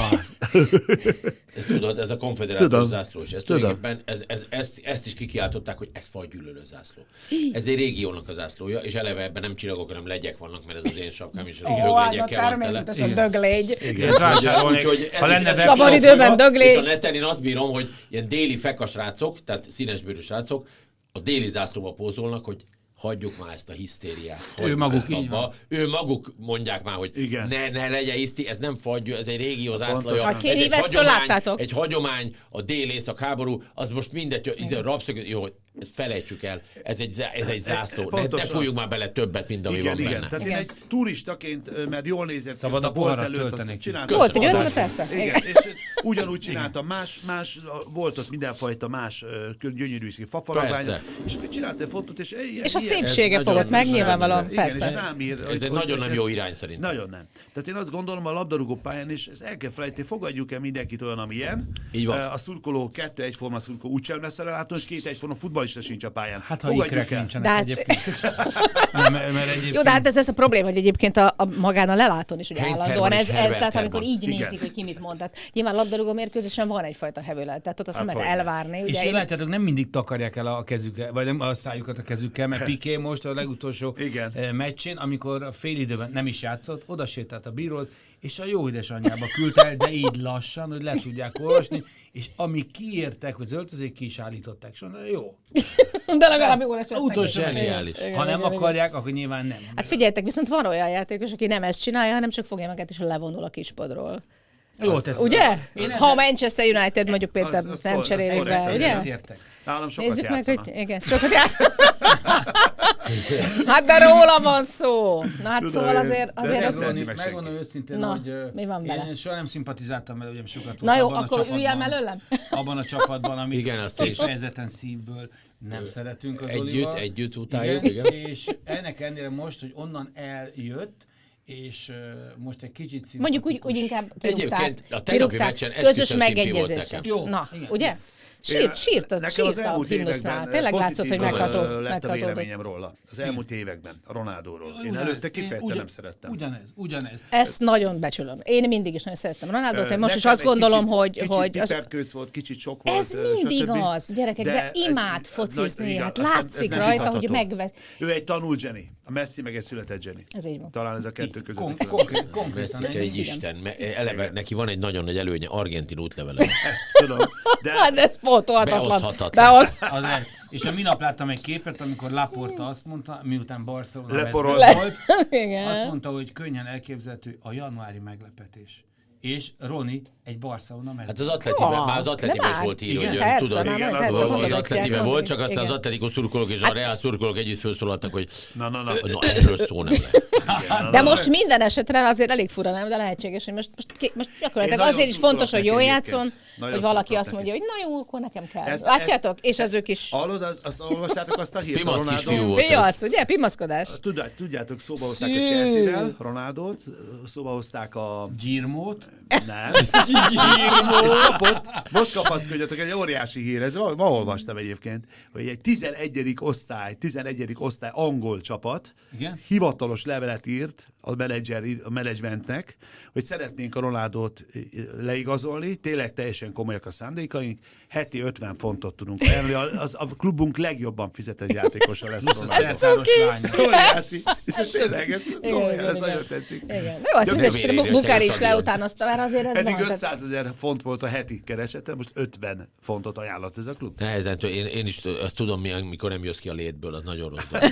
Ezt tudod, ez a konfederációs zászló, és ezt is kikiáltották, hogy ez fajgyűlölő zászló. Ez egy régiónak a zászlója, és eleve ebben nem csillagok, hanem legyek vannak, mert ez az én sapkám is döglegyekkel van tele. Döglégy. Szabad időben döglégy. És a neten én azt bírom, hogy ilyen déli fekasrácok, tehát színesbőrű srácok, a déli zászlóba pózolnak, hogy hagyjuk már ezt a hisztériát. Ő maguk mondják már, hogy ne legyen hiszti, ez nem fagyja, ez egy régió zászlaja. Egy hagyomány, a dél-észak háború, az most mindegy, jó, ezt felejtjük el, ez egy zászló. Ne fújjuk már bele többet, mint ami van benne. Tehát én egy turistaként, mert jól nézett ki a bolt előtt, csináltam. Volt egy ötlet, persze. Igen, és ugyanúgy csináltam, más volt ott mindenfajta más gyönyörű fafaragvány, és csináltam fotót, és a szépsége fogott meg, nyilvánvalóan, persze. Ez egy nagyon nem jó irány szerintem. Nagyon nem. Tehát én azt gondolom, a labdarúgó pályán is, ezt el kell felejteni, fogadjuk el mindenkit olyan, amilyen. A szurkoló 2 egyforma szurkoló úgysem lesz ellátom, és 2 egyforma futballista sincs a pályán. Hát ha ikrek nincsenek egyébként. Jó, de hát ez a probléma, hogy egyébként a magán a lelátón is ugye állandóan ez, tehát amikor így nézik, hogy ki mit mond. Tehát nyilván labdarúgó mérkőzésen van egyfajta hevőlet, tehát ott azt nem lehet elvárni. És látjátok, nem mindig takarják el a kezükkel, vagy nem a szájukat a kezükkel, mert Piqué most a legutolsó meccsén, amikor a félidőben nem is játszott, oda sétált a bíróhoz, és a jó édesanyjába küldte el, de így lassan, hogy le tudják olvasni, és amíg kiértek, hogy az öltözék, ki is állították. És mondta, jó. De legalább jól esettek. Utolsó zseniális. Ha nem akarják, akkor nyilván nem. Hát figyeljetek, viszont van olyan játékos, aki nem ezt csinálja, hanem csak fogja magát és levonul a kispadról. Jó tesz. Ugye? Ha a Manchester United mondjuk például nem cserélik be, ugye? Nézzük meg, hogy igen, sokat Hát de róla van szó. Na hát szóval azért megmondom őszintén, hogy én soha nem szimpatizáltam vele, ugye sokat volt. Na jó, akkor üljel mellőlem. Abban a csapatban, amit kifejezetten szívből nem szeretünk az Olival. Együtt utáljuk. És ennek ennél most, hogy onnan eljött, és most egy kicsit mondjuk úgy inkább kirúgták, közös megegyezés. Na, ugye? Sírt a himnusznál. Tényleg látszott, hogy megható. Lett a véleményem róla. Az elmúlt években, a Ronaldóról. Én előtte kifejezetten nem szerettem. Ugyanez. Ezt nagyon becsülöm. Én mindig is nagyon szerettem Ronaldót. Én most is azt gondolom, hogy... Kicsit piperkőc volt, kicsit sok volt. Ez mindig az, gyerekek, de imád focizni. Hát látszik rajta, hogy megvesz. Ő egy tanult zseni. A Messi meg egy született zseni. Ez így van. Talán ez a kettő között. Konkrétan egy isten. Eleve neki van egy nagyon nagy előnye, argentin útlevele. Ezt tudom. De ez beoszthatatlan. És a minap láttam egy képet, amikor Laporta azt mondta, miután Barcelona volt, azt mondta, hogy könnyen elképzelhető a januári meglepetés. És Roni egy Barcelona mezőn. Hát az Atletiben is volt így, hogy tudod, az Atletiben volt, csak aztán az Atletico szurkolók és a Real szurkolók együtt felszólaltak, hogy na, erről szó nem lehet. De most minden esetre azért elég fura, nem? De lehetséges, hogy most gyakorlatilag azért is fontos, hogy jól játszon, hogy valaki azt mondja, hogy na jó, akkor nekem kell. Látjátok? És az ők is... Hallod, azt olvastátok azt a hírt? Pimasz kisfiú volt. Pimasz, ugye? Pimaszkodás. Tudjátok, szóba hozták a Chelsea-vel, Ronaldót, szóba hozták a... Girmót. Nem. most kapaszkodjatok, egy óriási hír, ez ma olvastam egyébként, hogy egy 11. osztály angol csapat hivatalos levelet írt a menedzsmentnek, hogy szeretnénk a Ronaldót leigazolni, tényleg teljesen komolyak a szándékaink, heti 50 fontot tudunk ajánlani, a klubunk legjobban fizetett játékosa lesz a Ronaldó. Ez cuki! Óriási! És ez tényleg, ez nagyon tetszik. Igen. Jó, azt mindegy, Bukári is leutánozta, mert azért ez eddig 500 000 font volt a heti keresete, most 50 fontot ajánlott ez a klub. Nehezen, én is azt tudom, mikor nem jössz ki a létből, az nagyon rossz.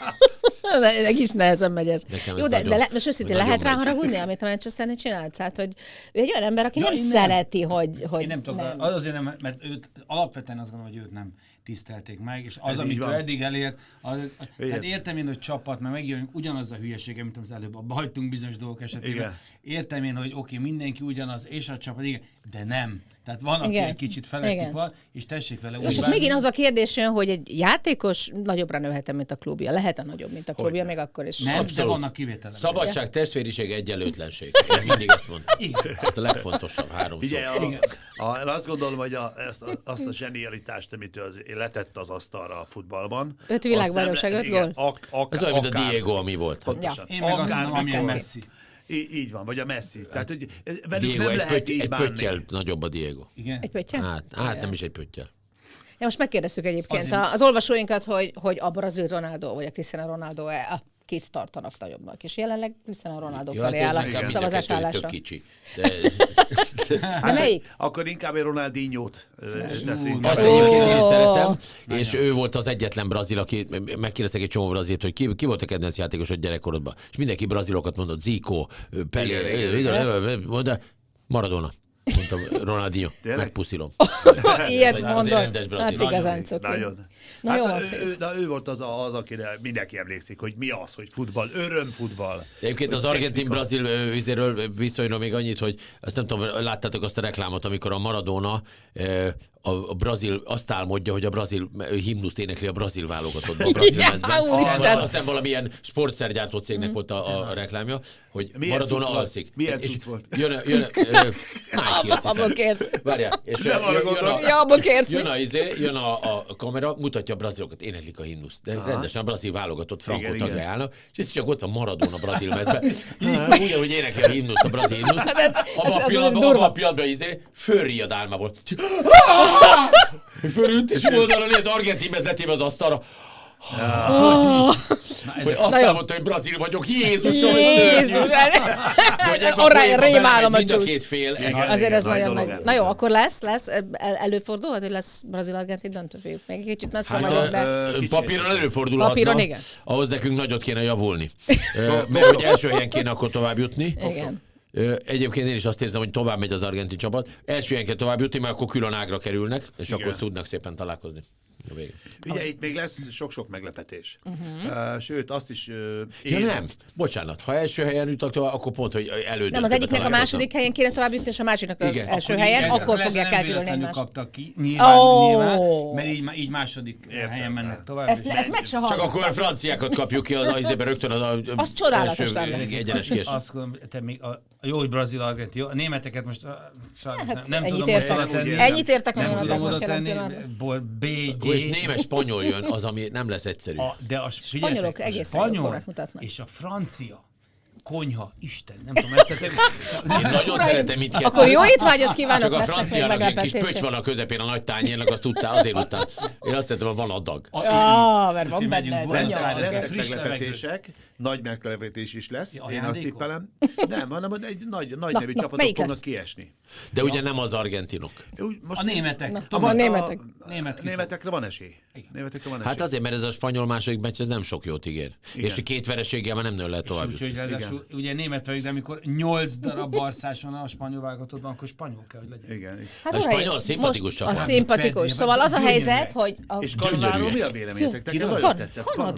Neki is nehezen megy ez. Jó, de most őszintén lehet rá haragudni, amit a Manchesternél csinálsz? Hát, hogy ő egy olyan ember, aki nem szereti, hogy én nem tudom, azért nem, mert őt alapvetően azt gondolom, hogy őt nem tisztelték meg, és az, amit ő eddig elért, tehát értem én, hogy csapat, mert megjön ugyanaz a hülyeség, amit az előbb abba hagytunk bizonyos dolgok esetében. Igen. Értem én, hogy oké, mindenki ugyanaz, és a csapat, igen, de nem. Tehát van, aki egy kicsit felettük van, és tessék vele úgy. Csak megint az a kérdés jön, hogy egy játékos nagyobbra nőhet, mint a klubja. Lehet-e nagyobb, mint a klubja, még akkor is. Nem, de vannak kivételek. Szabadság, testvériség, egyenlőtlenség. Én mindig ezt mondtam. Ez a legfontosabb 3 szó. Én azt gondolom, hogy azt a zsenialitást, amit ő letett az asztalra a futballban. 5 világbajnokság, 5 gól. Ez olyan, mint a Diego, ami volt. Én meg azt mondom, ami a Messi. Így van, vagy a Messi. Tehát, hogy velük nem lehet így bánni. Egy pöttyel nagyobb a Diego. Igen? Egy pöttyel? Hát nem is egy pöttyel. Ja, most megkérdeztük egyébként az olvasóinkat, hogy a brazil Ronaldo vagy a Cristiano Ronaldo a két tartanak nagyobbnak, és jelenleg Cristiano Ronaldo felé áll a szavazás állásra. Tök kicsi. De melyik? Akkor inkább egy Ronaldinho-t. Azt egyébként én is szeretem, és ő volt az egyetlen brazil, aki megkérdeztek egy csomó brazilt, hogy ki volt a kedvenc játékosod gyerekkorodban. És mindenki brazilokat mondott, Zico, Pelé, Maradona. Mondtam, Ronaldinho, megpuszilom. Ilyet mondom. Hát igazán cuki. Ő volt az, akire mindenki emlékszik, hogy mi az, hogy futball, örömfutball. Egyébként az argentin-brazil vizéről viszonylag még annyit, hogy azt nem tudom, láttátok azt a reklámot, amikor a Maradona a brazil azt álmodja, hogy a brazil himnuszt énekli a brazil válogatottban, a brazil mezben. Azt hiszem valamilyen sportszergyártó cégnek volt a reklámja, hogy Maradona alszik. Milyen cucc volt? Abból kérsz. Várjál, és jön a kamera, mutatja a brazilokat, éneklik a himnuszt, de rendesen a brazil válogatott Franco tagja állnak, és ez csak ott van Maradona a brazil mezben. Úgy, hogy énekli a himnuszt, a brazil himnuszt, abban a pillanatban fölriad álmából. Fölült, és oldalon az argentin mezletébe az asztalra. Hogy azt mondta, hogy brazil vagyok. Jézusom, Jézus! Rémálom a csúcs. Mind a két fél. Azért ez nagyon nagy. Na jó, akkor lesz. Előfordulhat, hogy lesz brazil-argentin döntőfiúk. Még kicsit messze vagyok, de... Papíron előfordulhatna. Papíron, igen. Ahhoz nekünk nagyot kéne javulni. Mert hogy első helyen kéne akkor tovább jutni. Igen. Egyébként én is azt érzem, hogy tovább megy az argentin csapat. Első helyen kell tovább jutni, mert akkor külön ágra kerülnek, és akkor tudnak szépen találkozni. Ugye itt még lesz sok-sok meglepetés. Sőt, azt is... nem, bocsánat, ha első helyen jutak tovább, akkor pont, hogy elődött. Nem, az egyiknek a második helyen kéne tovább jutni, és a másiknak az első helyen, akkor fogják elkerülni egymást. Kaptak ki, nyilván, mert így második helyen mennek tovább. Ezt meg se hallottam. Csak akkor a franciákat kapjuk ki az izében rögtön az csodálatos lenne. Egyenes kies. Azt gondolom, te még jó, hogy brazil-argentin, a németeket most nem tudom ennyit értek, nem tudom oda tenni, B, és német-spanyol jön, az, ami nem lesz egyszerű. De a spanyolok egészen jól fognak mutatni. És a francia konyha, Isten, nem tudom, én nagyon szeretem itt. Akkor jó étvágyat kívánok, lesznek még meglepetések. Csak a franciának egy kis pötty van a közepén a nagy tányérnak, azt tudtál, azért után. Én azt hittem, van adag. Mert van benne. Lesznek meglepetések, nagy meglepetés is lesz, én azt tippelem. Nem, hanem egy nagy nevű csapatok fognak kiesni. De ugye nem az argentinok. A németek. A németekre van esély. Hát azért, mert ez a spanyol második meccs, ez nem sok jót ígér. És 2 vereséggel már nem lehet tovább. Ugye német vagyok, de amikor 8 darab barszás van a spanyol válogatottban, akkor spanyol kell, hogy legyen. Igen. Hát a spanyol szimpatikus csapat. A szimpatikus. Szóval az a helyzet, hogy... És Kanadáról mi a véleményetek? Nekem nagyon tetszett Kanada.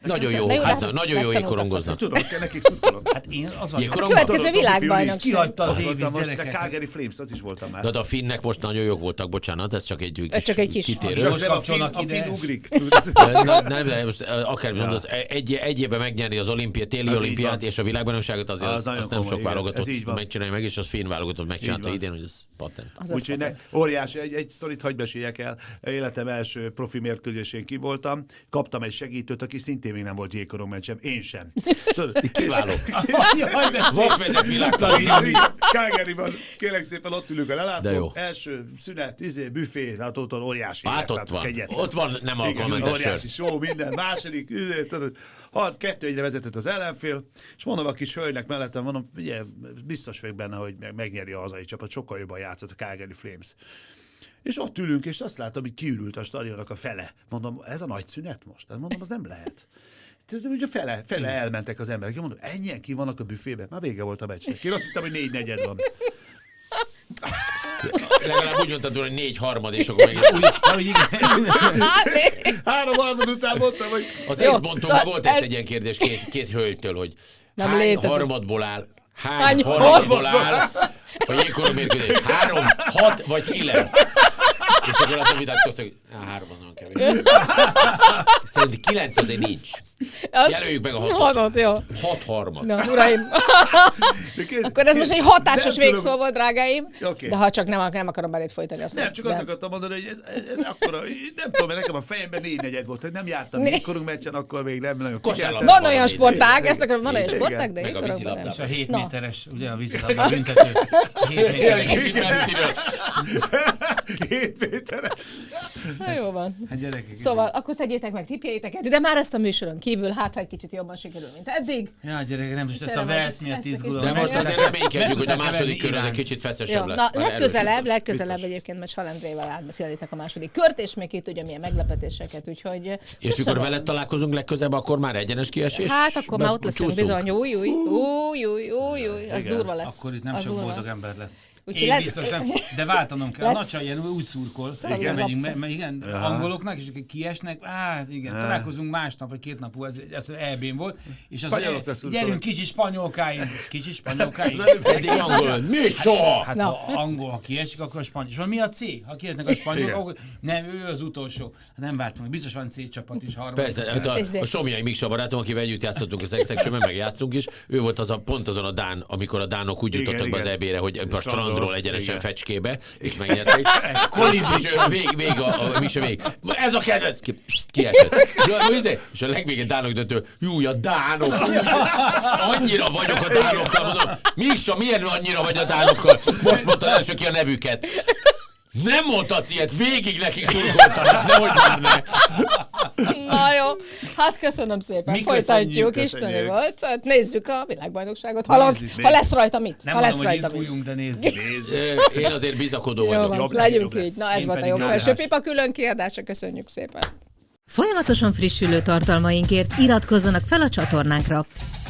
Nagyon jó, nagyon jó jégkorongoznak. Tudom, nekik szurkolok. Hát én azon... Következő világbajnokság. Kihagyta a Davis gyerekeket. De Calgary Flames, az is voltam már. De a finnek most nagyon jók voltak, bocsánat, ez csak egy kis kitérő. A finn ugrik. Nem, most akármi mondasz, egy évben megnyerni az téli olimpiát és a világbajnokságot, azért azt nem sok válogatott megcsinálni meg, és az finn válogatott megcsinálta idén, hogy ez patent. Úgyhogy óriási, egy sztorit hagyj meséljek el. Életem első profi mérkőzésén ki voltam, kaptam egy segítőt, aki szintén még nem volt jégkorongmeccsem, én sem. Kiváló. Vakvezet világtani. Calgaryban, kérlek szépen, ott ülünk a lelátón, első szünet, büfé, hát ott óriási. Hát ott van nem alkalmentes sör. Óriási show, minden, második, 2-1-re vezetett az ellenfél, és mondom a kis hölgynek mellettem, mondom, ugye, biztos vagyok benne, hogy megnyeri a hazai csapat, sokkal jobban játszott a Calgary Flames. És ott ülünk, és azt látom, hogy kiürült a stadionnak a fele. Mondom, ez a nagy szünet most? Mondom, az nem lehet. Ugye fele elmentek az emberek. Én mondom, ennyien ki vannak a büfében? Már vége volt a meccsnek. Én azt hittem, hogy 4-4 van. Legalább úgy mondtad, hogy 4-3, és akkor még... 3-3 után mondtam, hogy... Az X-bonton volt egy ilyen kérdés két hölgytől, hogy hány harmadból áll? Hány harmadból áll a jégkorongmérkőzés? 3, 6 vagy 9? És akkor azon vitatkoztak, hogy 3 az nagyon kevés. Szerintem 9 azért nincs. Jelöljük meg a 6-ot. 6 harmad. Na, uraim. Akkor ez most egy hatásos végszó volt, drágáim. Okay. De ha csak nem akarom belét folytani azt. Nem, csak azt akartam mondani, hogy ez akkora, nem tudom, mert nekem a fejemben 4-4 volt, hogy nem jártam jégkorong meccsen, akkor még nem nagyon figyeltem. Van olyan sportág, ezt akarom, van olyan sportág, de jégkorongban nem. És a 7 méteres, ugye a vízilabda büntető. 7 méteres. 7 méteres. Na jó van. Hát gyerekek. Szóval akkor tegyétek meg tippjeiteket, de már ezt a műsoron kívül, hát ha egy kicsit jobban sikerül, mint eddig. Ja, gyerekek, nem most ezt a Velsz miatt izgulom. De most azért reménykedjük, hogy a második kör az egy kicsit feszesebb lesz. Na, legközelebb egyébként majd Salendrével átbeszélitek a második kört, és még ki tudja milyen meglepetéseket, úgyhogy... És mikor veled találkozunk legközelebb, akkor már egyenes kiesés? Hát akkor már ott leszünk bizony, új, az durva lesz. Akkor itt nem sok boldog ember lesz. Úgyhogy biztos nem, de váltanom kell. A Nacsa ilyen úgy szurkol, igen, angoloknak, és kiesnek, igen, találkozunk másnap, vagy 2 nap, ez EB-n volt, és az gyerünk kicsi spanyolkáink. Eddig angol, mi soha? Hát ha angol, ha kiesik, akkor a spanyol. És mi a C? Ha kiesnek a spanyolok, nem, ő az utolsó. Nem váltunk, biztos van C csapat is. Persze, a Somjai Miksa barátom, akivel együtt játszottunk az X-Sectionben, meg játszunk is, ő volt pont azon a dán, amikor a dánok úgy jutottak be az EB-re, hogy a strandról egyenesen fecskébe, és megnyerték. Vég. Ez a kedvenc! Kiesett. És a legvégén dánok döntő, a dánok! Annyira vagyok a dánokkal, mondom, Miksa, miért annyira vagy a dánokkal? Most mondta első ki a nevüket. Nem mondhatsz ilyet, végig nekik szurkoltanak, nehogy már ne. Na jó, hát köszönöm szépen, folytatjuk, isteni volt. Hát nézzük a világbajnokságot, ha lesz rajta mit. Nem mondom, hogy izguljunk, de nézzük. Én azért bizakodó vagyok. Jó, legyünk így. Na ez volt a Jobb Felső Pipa külön kiadása, köszönjük szépen. Folyamatosan frissülő tartalmainkért iratkozzanak fel a csatornánkra.